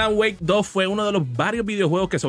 Alan Wake 2 fue uno de los varios videojuegos que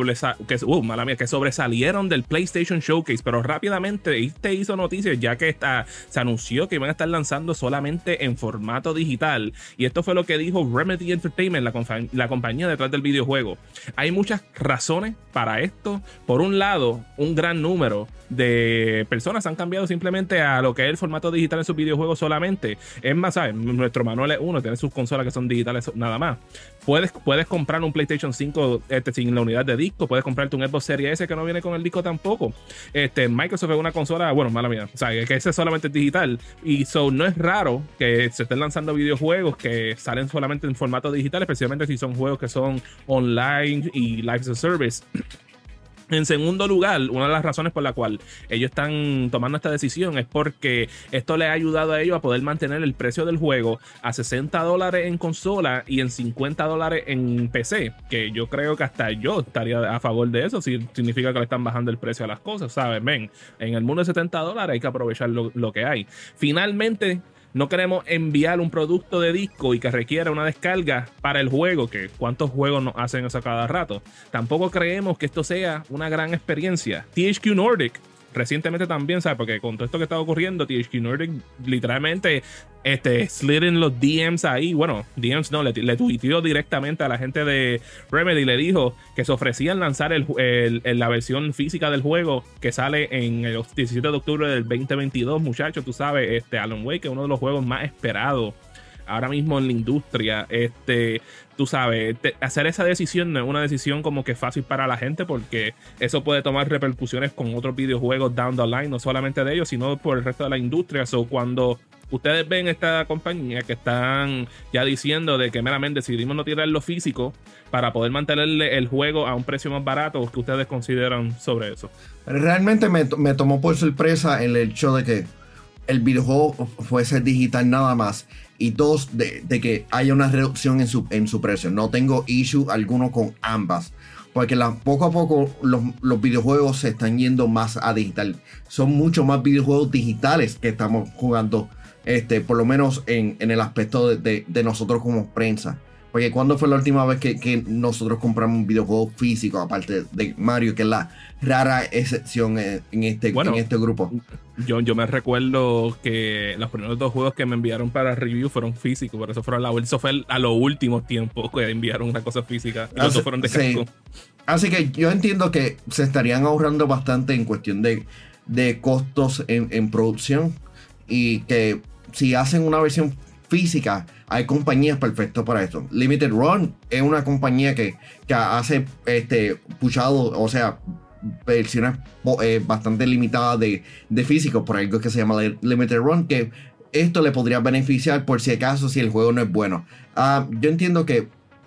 sobresalieron del PlayStation Showcase, pero rápidamente este hizo noticias ya que se anunció que iban a estar lanzando solamente en formato digital, y esto fue lo que dijo Remedy Entertainment, la compañía detrás del videojuego. Hay muchas razones para esto. Por un lado, un gran número de personas han cambiado simplemente a lo que es el formato digital en sus videojuegos solamente. Es más, ¿sabes? Nuestro Manuel es uno, tiene sus consolas que son digitales nada más. Puedes comprar un PlayStation 5 sin la unidad de disco, puedes comprarte un Xbox Series S que no viene con el disco tampoco. Microsoft es una consola, bueno, mala mía, o sea, que ese solamente es digital, y no es raro que se estén lanzando videojuegos que salen solamente en formato digital, especialmente si son juegos que son online y live as a service. En segundo lugar, una de las razones por la cual ellos están tomando esta decisión es porque esto les ha ayudado a ellos a poder mantener el precio del juego a $60 en consola y en $50 en PC, que yo creo que hasta yo estaría a favor de eso, si significa que le están bajando el precio a las cosas, ¿sabes? Ven, en el mundo de $70 hay que aprovechar lo que hay. Finalmente, no queremos enviar un producto de disco y que requiera una descarga para el juego, que cuántos juegos nos hacen eso cada rato. Tampoco creemos que esto sea una gran experiencia. THQ Nordic recientemente también, ¿sabes? Porque con todo esto que está ocurriendo, THQ Nordic literalmente slid en los DMs ahí. Bueno, DMs no, le tuiteó directamente a la gente de Remedy y le dijo que se ofrecían lanzar la versión física del juego que sale en el 17 de octubre del 2022, muchachos. Tú sabes, Alan Wake es uno de los juegos más esperados ahora mismo en la industria. Tú sabes, hacer esa decisión no es una decisión como que fácil para la gente, porque eso puede tomar repercusiones con otros videojuegos down the line, no solamente de ellos, sino por el resto de la industria. Cuando ustedes ven esta compañía que están ya diciendo de que meramente decidimos no tirar lo físico para poder mantenerle el juego a un precio más barato, ¿qué ustedes consideran sobre eso? Realmente me tomó por sorpresa el hecho de que el videojuego fuese digital nada más, y dos, de que haya una reducción en su precio. No tengo issue alguno con ambas, porque poco a poco los videojuegos se están yendo más a digital. Son mucho más videojuegos digitales que estamos jugando, por lo menos en el aspecto de nosotros como prensa. Porque ¿cuándo fue la última vez que nosotros compramos un videojuego físico, aparte de Mario, que es la rara excepción en este grupo? Yo me recuerdo que los primeros 2 juegos que me enviaron para review fueron físicos, por eso fue a los últimos tiempos que enviaron una cosa física. Y los dos fueron de casco. Así que yo entiendo que se estarían ahorrando bastante en cuestión de costos en producción, y que si hacen una versión física, hay compañías perfectas para esto. Limited Run es una compañía que hace pushado, o sea, versiones bastante limitadas de físico, por algo que se llama Limited Run, que esto le podría beneficiar por si acaso si el juego no es bueno. Yo entiendo que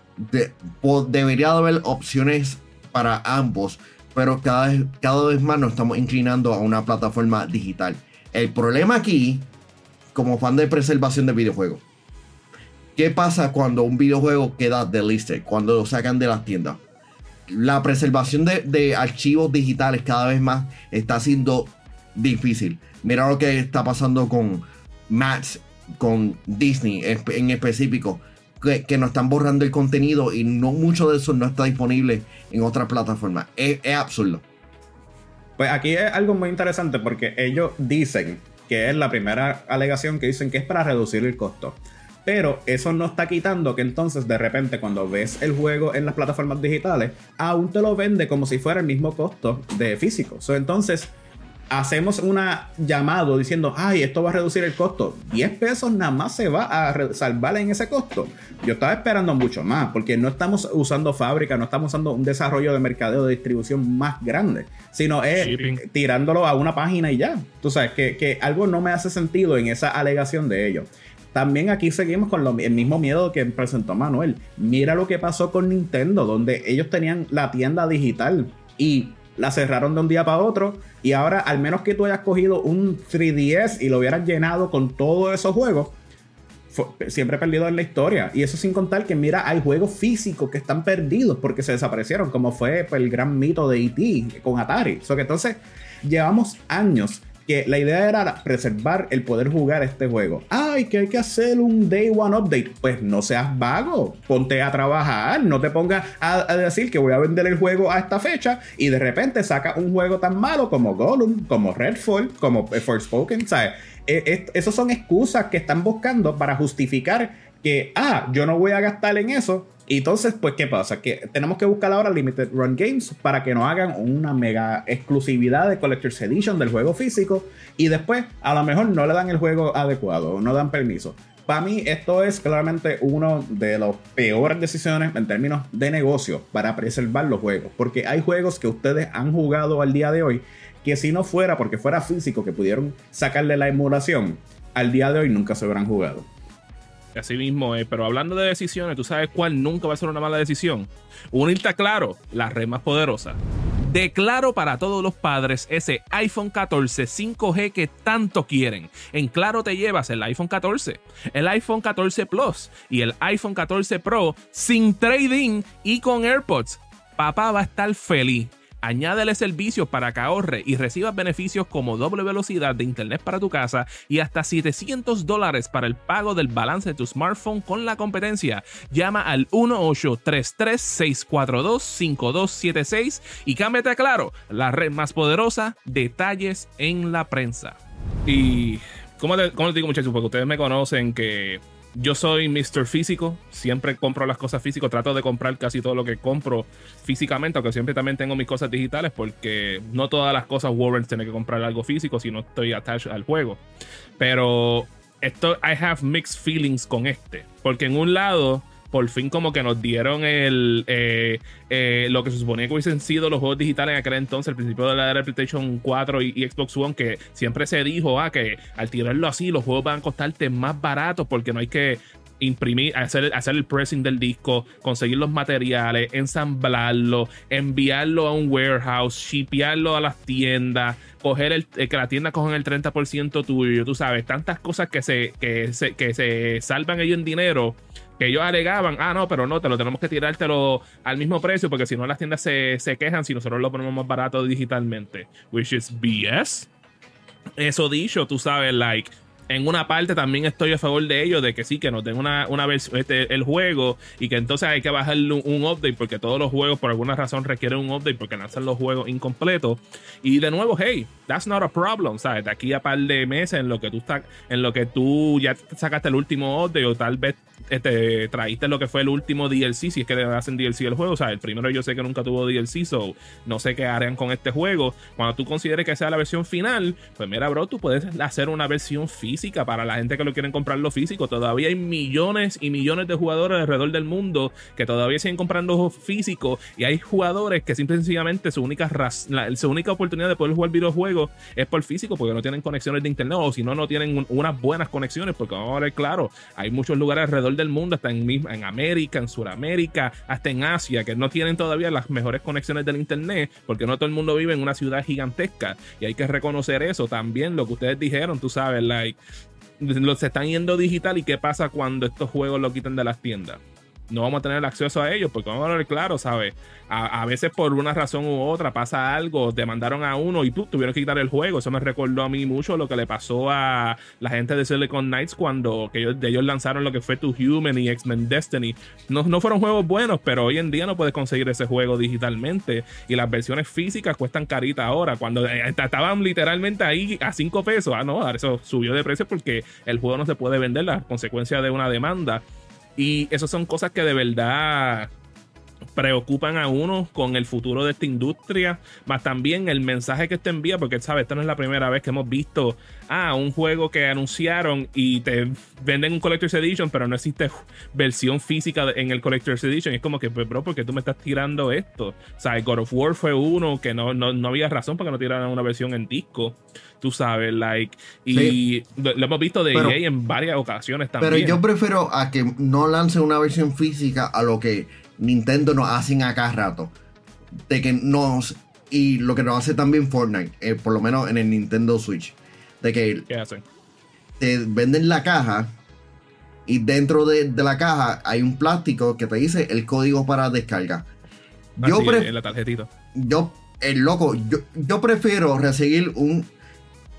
debería haber opciones para ambos, pero cada vez más nos estamos inclinando a una plataforma digital. El problema aquí, como fan de preservación de videojuegos, ¿qué pasa cuando un videojuego queda delisted? Cuando lo sacan de las tiendas. La preservación de archivos digitales cada vez más está siendo difícil. Mira lo que está pasando con Max, con Disney en específico, que nos están borrando el contenido, y no mucho de eso no está disponible en otras plataformas. Es absurdo. Pues aquí es algo muy interesante, porque ellos dicen que es la primera alegación, que dicen que es para reducir el costo. Pero eso no está quitando que entonces de repente cuando ves el juego en las plataformas digitales, aún te lo vende como si fuera el mismo costo de físico. Entonces hacemos un llamado diciendo, ay, esto va a reducir el costo. 10 pesos nada más se va a salvar en ese costo. Yo estaba esperando mucho más, porque no estamos usando fábrica, no estamos usando un desarrollo de mercadeo de distribución más grande, sino es tirándolo a una página y ya. Tú sabes que algo no me hace sentido en esa alegación de ellos. También aquí seguimos con el mismo miedo que presentó Manuel. Mira lo que pasó con Nintendo, donde ellos tenían la tienda digital y la cerraron de un día para otro. Y ahora, al menos que tú hayas cogido un 3DS y lo hubieras llenado con todos esos juegos, siempre perdido en la historia. Y eso sin contar que, mira, hay juegos físicos que están perdidos porque se desaparecieron, como fue el gran mito de E.T. con Atari. Que entonces llevamos años que la idea era preservar el poder jugar este juego. ¡Ay, que hay que hacer un Day One Update! Pues no seas vago, ponte a trabajar, no te pongas a decir que voy a vender el juego a esta fecha y de repente saca un juego tan malo como Gollum, como Redfall, como Forspoken, ¿sabes? Esas son excusas que están buscando para justificar que, yo no voy a gastar en eso. Y entonces, pues, ¿qué pasa? Que tenemos que buscar ahora Limited Run Games para que nos hagan una mega exclusividad de Collector's Edition del juego físico y después, a lo mejor, no le dan el juego adecuado, no dan permiso. Para mí, esto es claramente una de las peores decisiones en términos de negocio para preservar los juegos. Porque hay juegos que ustedes han jugado al día de hoy que si no fuera porque fuera físico, que pudieron sacarle la emulación, al día de hoy nunca se hubieran jugado. Así mismo es, pero hablando de decisiones, ¿tú sabes cuál nunca va a ser una mala decisión? Unirte a Claro, la red más poderosa. De Claro para todos los padres, ese iPhone 14 5G que tanto quieren. En Claro te llevas el iPhone 14, el iPhone 14 Plus y el iPhone 14 Pro sin trade-in y con AirPods. Papá va a estar feliz. Añádele servicios para que ahorre y recibas beneficios como doble velocidad de internet para tu casa y hasta $700 para el pago del balance de tu smartphone con la competencia. Llama al 1-833-642-5276 y cámbiate a Claro, la red más poderosa. Detalles en la prensa. Y ¿cómo les digo, muchachos? Porque ustedes me conocen que yo soy Mr. Físico, siempre compro las cosas físicas, trato de comprar casi todo lo que compro físicamente, aunque siempre también tengo mis cosas digitales porque no todas las cosas warrant tener que comprar algo físico si no estoy attached al juego. Pero I have mixed feelings con porque en un lado, por fin como que nos dieron lo que se suponía que hubiesen sido los juegos digitales en aquel entonces, al principio de la era de PlayStation 4 y Xbox One, que siempre se dijo que al tirarlo así los juegos van a costarte más baratos porque no hay que imprimir, hacer el pressing del disco, conseguir los materiales, ensamblarlo, enviarlo a un warehouse, shipearlo a las tiendas, que la tienda cojan el 30% tuyo, tú sabes, tantas cosas que se salvan ellos en dinero, que ellos alegaban, no, pero no, te lo tenemos que tirártelo al mismo precio porque si no las tiendas se quejan si nosotros lo ponemos más barato digitalmente, which is BS. Eso dicho, tú sabes, en una parte también estoy a favor de ello, de que sí, que nos den una versión, el juego, y que entonces hay que bajarle un update, porque todos los juegos por alguna razón requieren un update porque lanzan los juegos incompletos. Y de nuevo, hey, that's not a problem, ¿sabes? De aquí a par de meses en lo que tú ya sacaste el último update, o tal vez traíste lo que fue el último DLC, si es que le hacen DLC al juego. O sea, el primero yo sé que nunca tuvo DLC, so no sé qué harán con este juego. Cuando tú consideres que sea la versión final, pues mira, bro, tú puedes hacer una versión física para la gente que lo quieren comprar lo físico. Todavía hay millones y millones de jugadores alrededor del mundo que todavía siguen comprando físico, y hay jugadores que simple y sencillamente su única oportunidad de poder jugar videojuegos es por físico, porque no tienen conexiones de internet, o si no tienen unas buenas conexiones, porque vamos a ver, claro, hay muchos lugares alrededor del mundo, hasta en América, en Sudamérica, hasta en Asia, que no tienen todavía las mejores conexiones del internet, porque no todo el mundo vive en una ciudad gigantesca, y hay que reconocer eso. También lo que ustedes dijeron, tú sabes, se están yendo digital, y qué pasa cuando estos juegos lo quitan de las tiendas. No vamos a tener acceso a ellos, porque vamos a ver, claro, ¿sabes? A veces por una razón u otra pasa algo, demandaron a uno y tuvieron que quitar el juego. Eso me recordó a mí mucho lo que le pasó a la gente de Silicon Knights cuando ellos lanzaron lo que fue To Human y X-Men Destiny. No fueron juegos buenos, pero hoy en día no puedes conseguir ese juego digitalmente, y las versiones físicas cuestan carita ahora, cuando estaban literalmente ahí a $5. No, eso subió de precio porque el juego no se puede vender, la consecuencia de una demanda. Y esas son cosas que de verdad preocupan a uno con el futuro de esta industria, más también el mensaje que te envía, porque sabes, esta no es la primera vez que hemos visto un juego que anunciaron y te venden un Collector's Edition, pero no existe versión física en el Collector's Edition. Y es como que, pues, bro, ¿por qué tú me estás tirando esto? O sea, God of War fue uno que no había razón para que no tiraran una versión en disco, tú sabes, y sí, lo hemos visto de EA en varias ocasiones también. Pero yo prefiero a que no lancen una versión física a lo que Nintendo nos hacen a cada rato, de que y lo que nos hace también Fortnite, por lo menos en el Nintendo Switch, de que ¿qué hacen? Te venden la caja y dentro de la caja hay un plástico que te dice el código para descarga. En la tarjetita. Yo prefiero recibir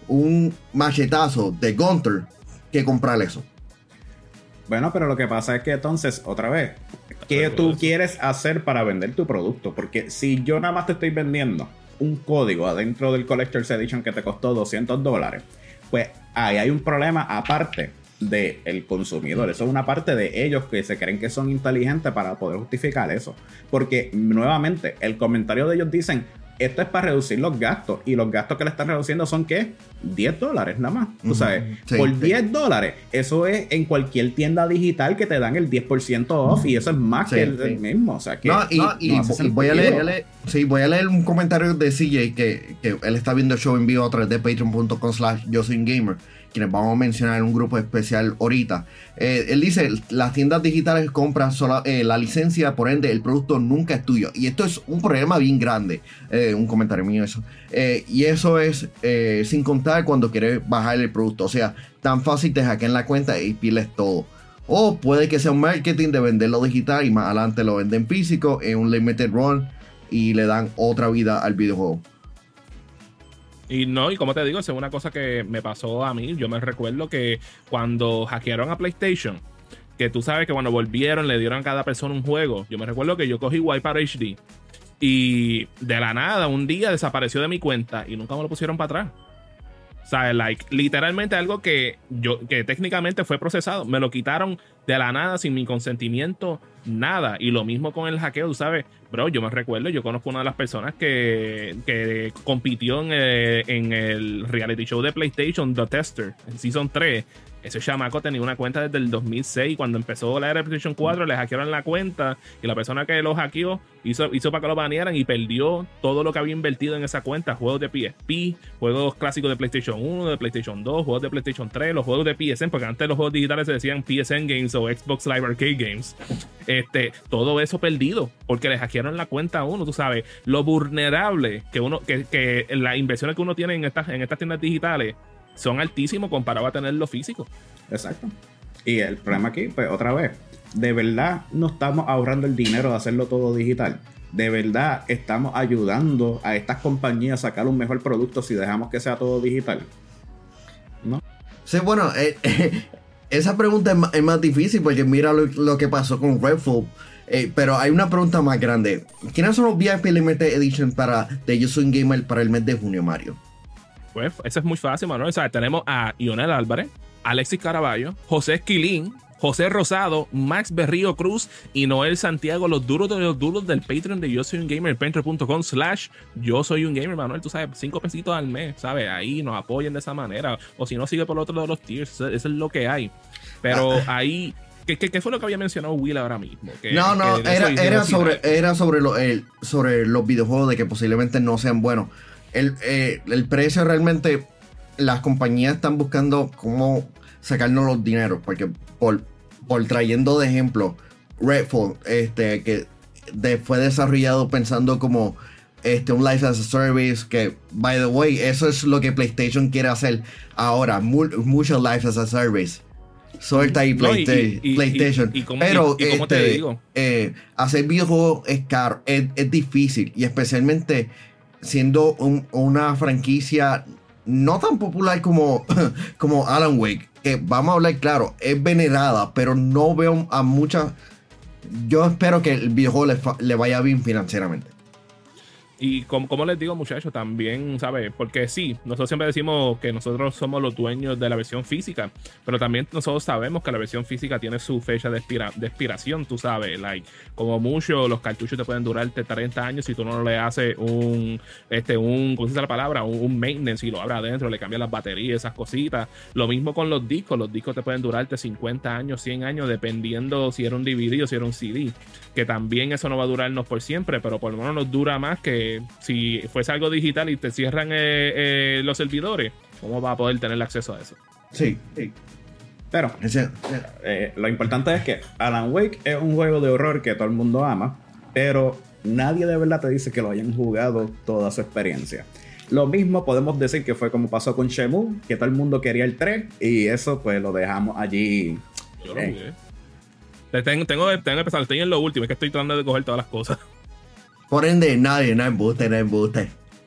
un machetazo de Gunter que comprar eso. Bueno, pero lo que pasa es que entonces, otra vez, ¿qué tú quieres hacer para vender tu producto? Porque si yo nada más te estoy vendiendo un código adentro del Collector's Edition que te costó $200, pues ahí hay un problema aparte del consumidor. Eso es una parte de ellos que se creen que son inteligentes para poder justificar eso. Porque, nuevamente, el comentario de ellos dicen, esto es para reducir los gastos. Y los gastos que le están reduciendo son, ¿qué? $10 nada más. Tú sabes, sí, por $10, eso es en cualquier tienda digital que te dan el 10% off. Y eso es más que el mismo. O sea, que voy a leer un comentario de CJ que él está viendo el show en vivo a través de patreon.com/yosoyungamer, quienes vamos a mencionar en un grupo especial ahorita. Él dice, las tiendas digitales compran la licencia, por ende el producto nunca es tuyo. Y esto es un problema bien grande. Un comentario mío eso. Y eso es sin contar cuando quieres bajar el producto. O sea, tan fácil te hackean la cuenta y pierdes todo. O puede que sea un marketing de venderlo digital y más adelante lo venden físico en un limited run y le dan otra vida al videojuego. Y como te digo, esa es una cosa que me pasó a mí. Yo me recuerdo que cuando hackearon a PlayStation, que tú sabes que cuando volvieron le dieron a cada persona un juego. Yo me recuerdo que yo cogí Wipeout HD y de la nada un día desapareció de mi cuenta y nunca me lo pusieron para atrás. O sea, literalmente algo que técnicamente fue procesado. Me lo quitaron de la nada, sin mi consentimiento, nada. Y lo mismo con el hackeo, tú sabes. Bro, yo me recuerdo, yo conozco una de las personas que compitió en el reality show de PlayStation, The Tester, en Season 3. Ese chamaco tenía una cuenta desde el 2006. Cuando empezó la era de PlayStation 4, le hackearon la cuenta. Y la persona que lo hackeó hizo para que lo banearan y perdió todo lo que había invertido en esa cuenta. Juegos de PSP, juegos clásicos de PlayStation 1, de PlayStation 2, juegos de PlayStation 3, los juegos de PSN, porque antes los juegos digitales se decían PSN Games o Xbox Live Arcade Games. Todo eso perdido porque le hackearon la cuenta a uno. Tú sabes, lo vulnerable que las inversiones que uno tiene en estas tiendas digitales son altísimos comparado a tenerlo físico. Exacto. Y el problema aquí, pues otra vez, de verdad no estamos ahorrando el dinero de hacerlo todo digital. De verdad estamos ayudando a estas compañías a sacar un mejor producto si dejamos que sea todo digital, ¿no? Sí, bueno, esa pregunta es más difícil porque mira lo que pasó con Redfall. Pero hay una pregunta más grande. ¿Quiénes son los VIP Limited Edition de Yo Soy un Gamer para el mes de junio, Mario? Pues eso es muy fácil, Manuel. O sea, tenemos a Ionel Álvarez, Alexis Caraballo, José Esquilín, José Rosado, Max Berrío Cruz y Noel Santiago, los duros de los duros del Patreon de Yo Soy un Gamer, patreon.com/Yo Soy un Gamer, Manuel. Tú sabes, 5 pesitos al mes, ¿sabes? Ahí nos apoyen de esa manera. O si no, sigue por el otro de los tiers. Eso es lo que hay. Pero ahí... ¿Qué fue lo que había mencionado Will ahora mismo? Era sobre los videojuegos de que posiblemente no sean buenos. El precio realmente, las compañías están buscando cómo sacarnos los dineros, porque por trayendo de ejemplo Redfall, que fue desarrollado pensando como un Life as a Service, que by the way, eso es lo que PlayStation quiere hacer ahora, mucho Life as a Service. Suelta ahí PlayStation. Pero ¿cómo te digo? Hacer videojuegos es caro, es difícil, y especialmente siendo una franquicia no tan popular como Alan Wake, que vamos a hablar claro, es venerada, pero no veo a muchas. Yo espero que el videojuego le vaya bien financieramente. Y como les digo, muchachos, también, ¿sabes? Porque sí, nosotros siempre decimos que nosotros somos los dueños de la versión física, pero también nosotros sabemos que la versión física tiene su fecha de expiración, tú sabes, como mucho los cartuchos te pueden durarte 30 años si tú no le haces ¿cómo se dice la palabra? Un maintenance, y lo abres adentro, le cambias las baterías, esas cositas. Lo mismo con los discos te pueden durarte 50 años, 100 años, dependiendo si era un DVD o si era un CD, que también eso no va a durarnos por siempre, pero por lo menos nos dura más que si fuese algo digital y te cierran los servidores. ¿Cómo vas a poder tener acceso a eso? Sí. Pero lo importante es que Alan Wake es un juego de horror que todo el mundo ama, pero nadie de verdad te dice que lo hayan jugado toda su experiencia. Lo mismo podemos decir que fue como pasó con Shenmue, que todo el mundo quería el 3 y eso pues lo dejamos allí. Yo lo jugué. Tengo que empezar, estoy en lo último, es que estoy tratando de coger todas las cosas. Por ende, no embuste.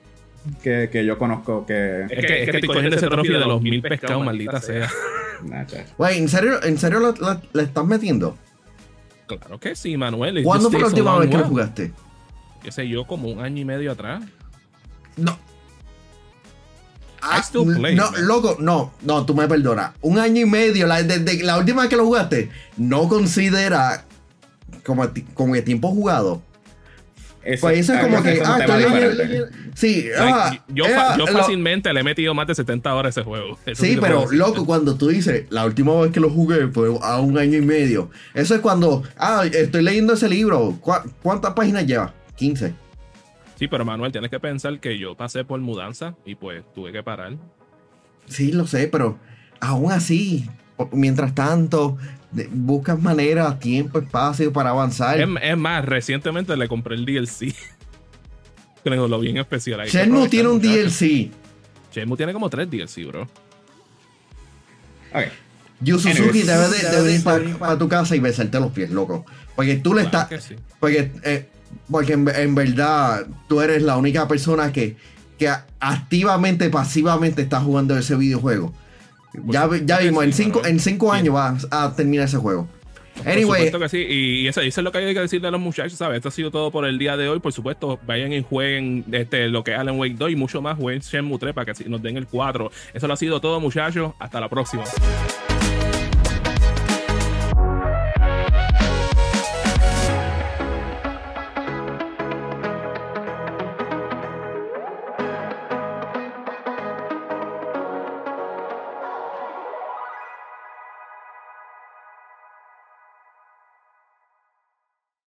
que yo conozco que... Es que estoy cogiendo ese trofeo de los 1000 pescados, maldita sea. Nah, chacho. Güey, ¿en serio le estás metiendo? Claro que sí, Manuel. ¿Cuándo fue la última vez que lo jugaste? Qué sé yo, como un año y medio atrás. No. I still play, no, man. loco, no, tú me perdonas. Un año y medio, desde la última vez que lo jugaste, no considera como el tiempo jugado. Pues eso es como que, sí, yo fácilmente le he metido más de 70 horas a ese juego. Eso sí, te pero puedo decir. loco, cuando tú dices, la última vez que lo jugué fue a un año y medio. Eso es cuando, estoy leyendo ese libro. ¿Cuántas páginas lleva? 15. Sí, pero Manuel, tienes que pensar que yo pasé por mudanza y pues tuve que parar. Sí, lo sé, pero aún así, mientras tanto, buscas maneras, tiempo, espacio para avanzar. Es más, recientemente le compré el DLC. Lo bien especial. Hay que Shenmue tiene un aprovechar, muchachos. DLC. Shenmue tiene como 3 DLC, bro. Ok. Yu Suzuki Anyways. debe venir para tu casa y besarte los pies, loco. Porque tú le Claro estás... que sí. Porque en verdad tú eres la única persona que activamente, pasivamente está jugando ese videojuego. Ya vimos, en 5 años vas a terminar ese juego. Anyway, Por supuesto que sí, y eso es lo que hay que decirle a los muchachos, ¿sabes? Esto ha sido todo por el día de hoy. Por supuesto, vayan y jueguen lo que es Alan Wake 2 y mucho más. Jueguen Shenmue 3 para que nos den el 4. Eso lo ha sido todo, muchachos. Hasta la próxima.